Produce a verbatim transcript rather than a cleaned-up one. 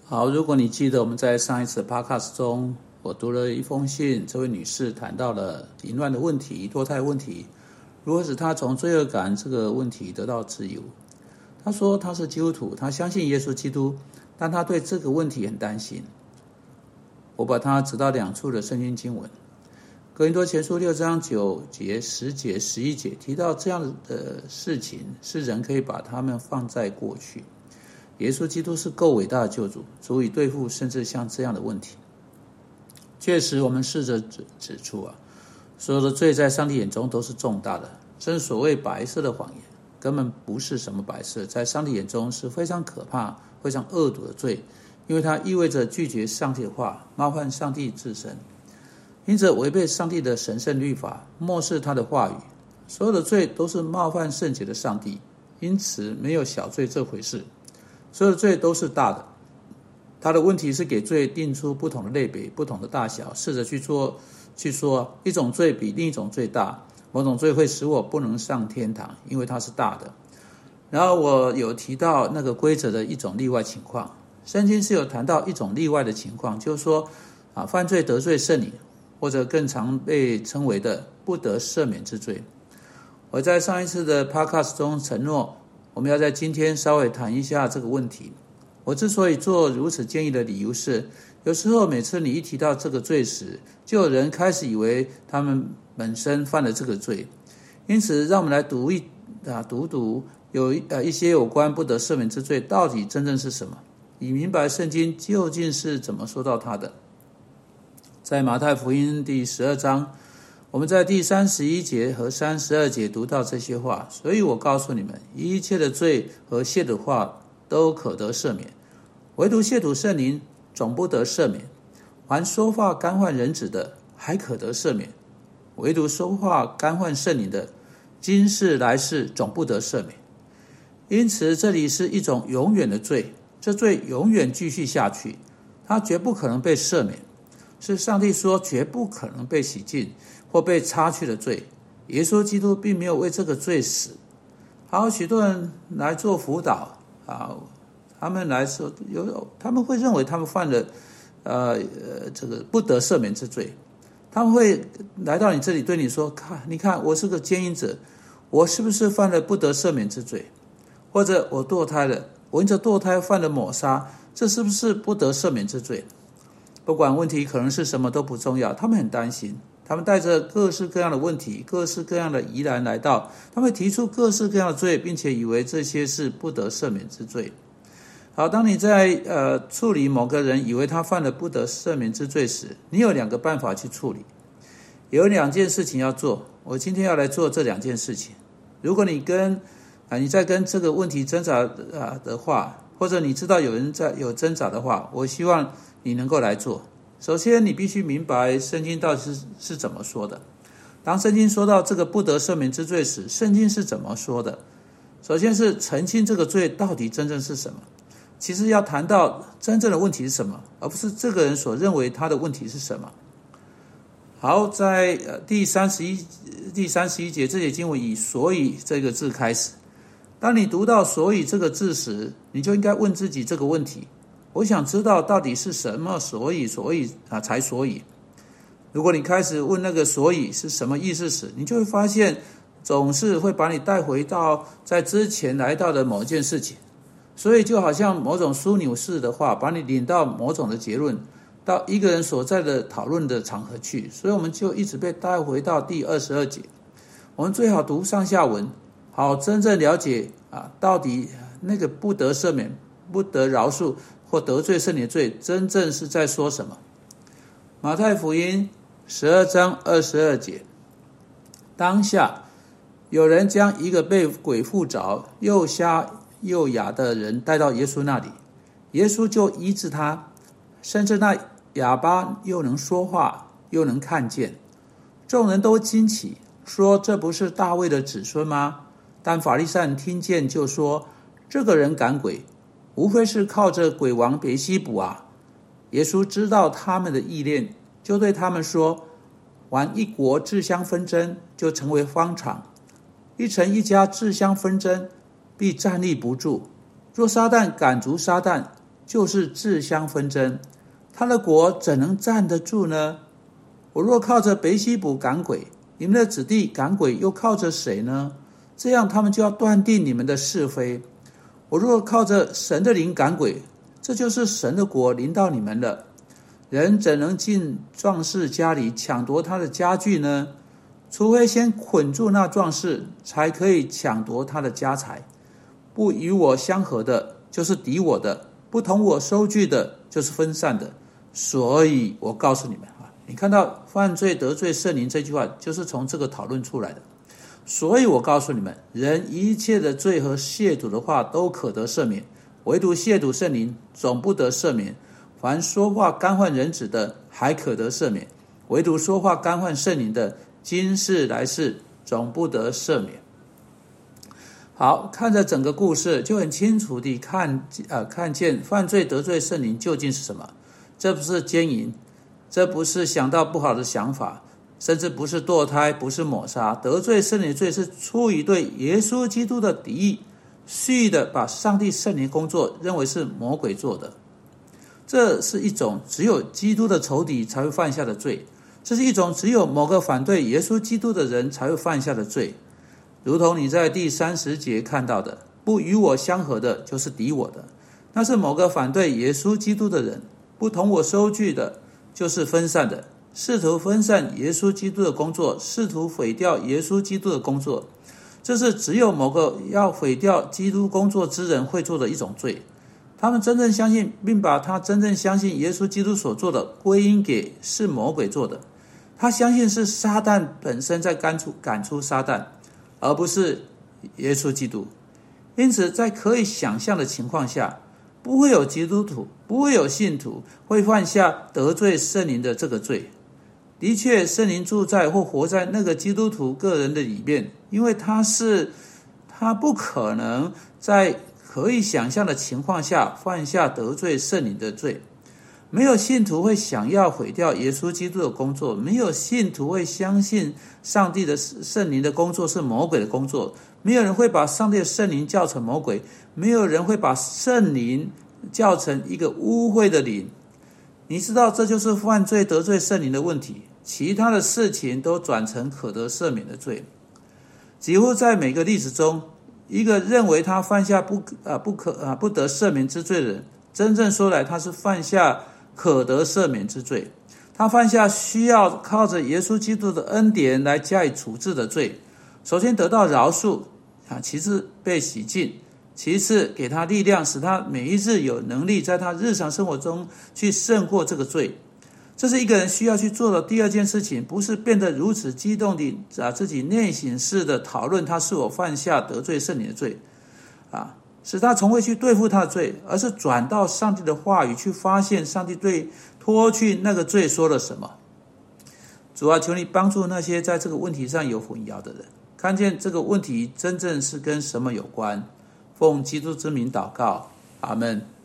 好，如果你记得我们在上一次的 podcast 中，我读了一封信，这位女士谈到了淫乱的问题、堕胎问题，如何使她从罪恶感这个问题得到自由。她说她是基督徒，她相信耶稣基督，但她对这个问题很担心。我把她指到两处的圣经经文，哥林多前书六章九节、十节、十一节提到这样的事情，是人可以把它们放在过去。耶稣基督是够伟大的救主，足以对付甚至像这样的问题。确实，我们试着指指出啊，所有的罪在上帝眼中都是重大的。正所谓白色的谎言，根本不是什么白色，在上帝眼中是非常可怕、非常恶毒的罪，因为它意味着拒绝上帝的话，冒犯上帝自身，因此违背上帝的神圣律法，漠视他的话语。所有的罪都是冒犯圣洁的上帝，因此没有小罪这回事。所有的罪都是大的，他的问题是给罪定出不同的类别、不同的大小，试着去做去说一种罪比另一种罪大，某种罪会使我不能上天堂，因为它是大的。然后我有提到那个规则的一种例外情况，圣经是有谈到一种例外的情况，就是说啊，犯罪得罪圣灵，或者更常被称为的不得赦免之罪。我在上一次的 podcast 中承诺，我们要在今天稍微谈一下这个问题。我之所以做如此建议的理由是，有时候每次你一提到这个罪时，就有人开始以为他们本身犯了这个罪。因此让我们来读一啊读读有呃一些有关不得赦免之罪到底真正是什么，以明白圣经究竟是怎么说到它的。在马太福音第十二章，我们在第三十一节和三十二节读到这些话，所以我告诉你们，一切的罪和亵渎话都可得赦免，唯独亵渎圣灵总不得赦免。凡说话干犯人子的，还可得赦免，唯独说话干犯圣灵的，今世来世总不得赦免。因此这里是一种永远的罪，这罪永远继续下去，它绝不可能被赦免，是上帝说绝不可能被洗净或被擦去的罪。耶稣基督并没有为这个罪死。还有许多人来做辅导啊，他们来说有，他们会认为他们犯了呃呃这个不得赦免之罪。他们会来到你这里对你说，看，你看我是个奸淫者，我是不是犯了不得赦免之罪？或者我堕胎了，我因着堕胎犯了抹杀，这是不是不得赦免之罪？不管问题可能是什么都不重要，他们很担心，他们带着各式各样的问题、各式各样的疑难来到，他们提出各式各样的罪，并且以为这些是不得赦免之罪。好，当你在呃处理某个人以为他犯了不得赦免之罪时，你有两个办法去处理，有两件事情要做。我今天要来做这两件事情。如果你跟啊你在跟这个问题挣扎啊的话，或者你知道有人在有挣扎的话，我希望你能够来做。首先，你必须明白圣经到底是是怎么说的。当圣经说到这个不得赦免之罪时，圣经是怎么说的？首先是澄清这个罪到底真正是什么。其实要谈到真正的问题是什么，而不是这个人所认为他的问题是什么。好，在呃第三十一第三十一节，这节经文以所以这个字开始。当你读到所以这个字时，你就应该问自己这个问题：我想知道到底是什么所以所以啊才所以。如果你开始问那个所以是什么意思时，你就会发现总是会把你带回到在之前来到的某件事情。所以就好像某种枢纽式的话，把你领到某种的结论，到一个人所在的讨论的场合去。所以我们就一直被带回到第二十二节。我们最好读上下文，好真正了解啊，到底那个不得赦免、不得饶恕或得罪圣灵的罪，真正是在说什么。马太福音十二章二十二节，当下有人将一个被鬼附着、又瞎又哑的人带到耶稣那里，耶稣就医治他，甚至那哑巴又能说话，又能看见。众人都惊奇，说这不是大卫的子孙吗？但法利赛人听见就说，这个人赶鬼，无非是靠着鬼王别西卜啊。耶稣知道他们的意念，就对他们说，玩一国自相纷争，就成为方场；一城一家自相纷争，必站立不住。若撒旦赶逐撒旦， 就是自相纷争，他的国怎能站得住呢？我若靠着别西卜赶鬼，你们的子弟赶鬼又靠着谁呢？这样他们就要断定你们的是非。我若靠着神的灵赶鬼，这就是神的国临到你们了。人怎能进壮士家里抢夺他的家具呢？除非先捆住那壮士，才可以抢夺他的家财。不与我相合的，就是敌我的；不同我收据的，就是分散的。所以我告诉你们啊，你看到犯罪得罪圣灵这句话，就是从这个讨论出来的。所以我告诉你们，人一切的罪和亵渎的话都可得赦免，唯独亵渎圣灵总不得赦免。凡说话干犯人子的，还可得赦免，唯独说话干犯圣灵的，今世来世总不得赦免。好，看着整个故事，就很清楚地看呃看见犯罪得罪圣灵究竟是什么。这不是奸淫，这不是想到不好的想法，甚至不是堕胎，不是抹杀。得罪圣灵的罪是出于对耶稣基督的敌意，蓄意的把上帝圣灵工作认为是魔鬼做的。这是一种只有基督的仇敌才会犯下的罪，这是一种只有某个反对耶稣基督的人才会犯下的罪。如同你在第三十节看到的，不与我相合的，就是敌我的，那是某个反对耶稣基督的人；不同我收据的，就是分散的，试图分散耶稣基督的工作，试图毁掉耶稣基督的工作。这是只有某个要毁掉基督工作之人会做的一种罪。他们真正相信，并把他真正相信耶稣基督所做的归因给是魔鬼做的。他相信是撒旦本身在赶出赶出撒旦，而不是耶稣基督。因此在可以想象的情况下，不会有基督徒，不会有信徒会犯下得罪圣灵的这个罪。的确，圣灵住在或活在那个基督徒个人的里面，因为他是他不可能在可以想象的情况下犯下得罪圣灵的罪。没有信徒会想要毁掉耶稣基督的工作，没有信徒会相信上帝的圣灵的工作是魔鬼的工作，没有人会把上帝的圣灵叫成魔鬼，没有人会把圣灵叫成一个污秽的灵。你知道，这就是犯罪得罪圣灵的问题，其他的事情都转成可得赦免的罪。几乎在每个例子中，一个认为他犯下不啊不可啊不得赦免之罪的人，真正说来，他是犯下可得赦免之罪。他犯下需要靠着耶稣基督的恩典来加以处置的罪。首先得到饶恕啊，其次被洗净，其次给他力量，使他每一日有能力在他日常生活中去胜过这个罪。这是一个人需要去做的第二件事情，不是变得如此激动地啊自己内省式的讨论他是否犯下得罪圣灵的罪啊，使他从未去对付他的罪，而是转到上帝的话语去发现上帝对脱去那个罪说了什么。主啊，求你帮助那些在这个问题上有混淆的人，看见这个问题真正是跟什么有关。奉基督之名祷告，阿们。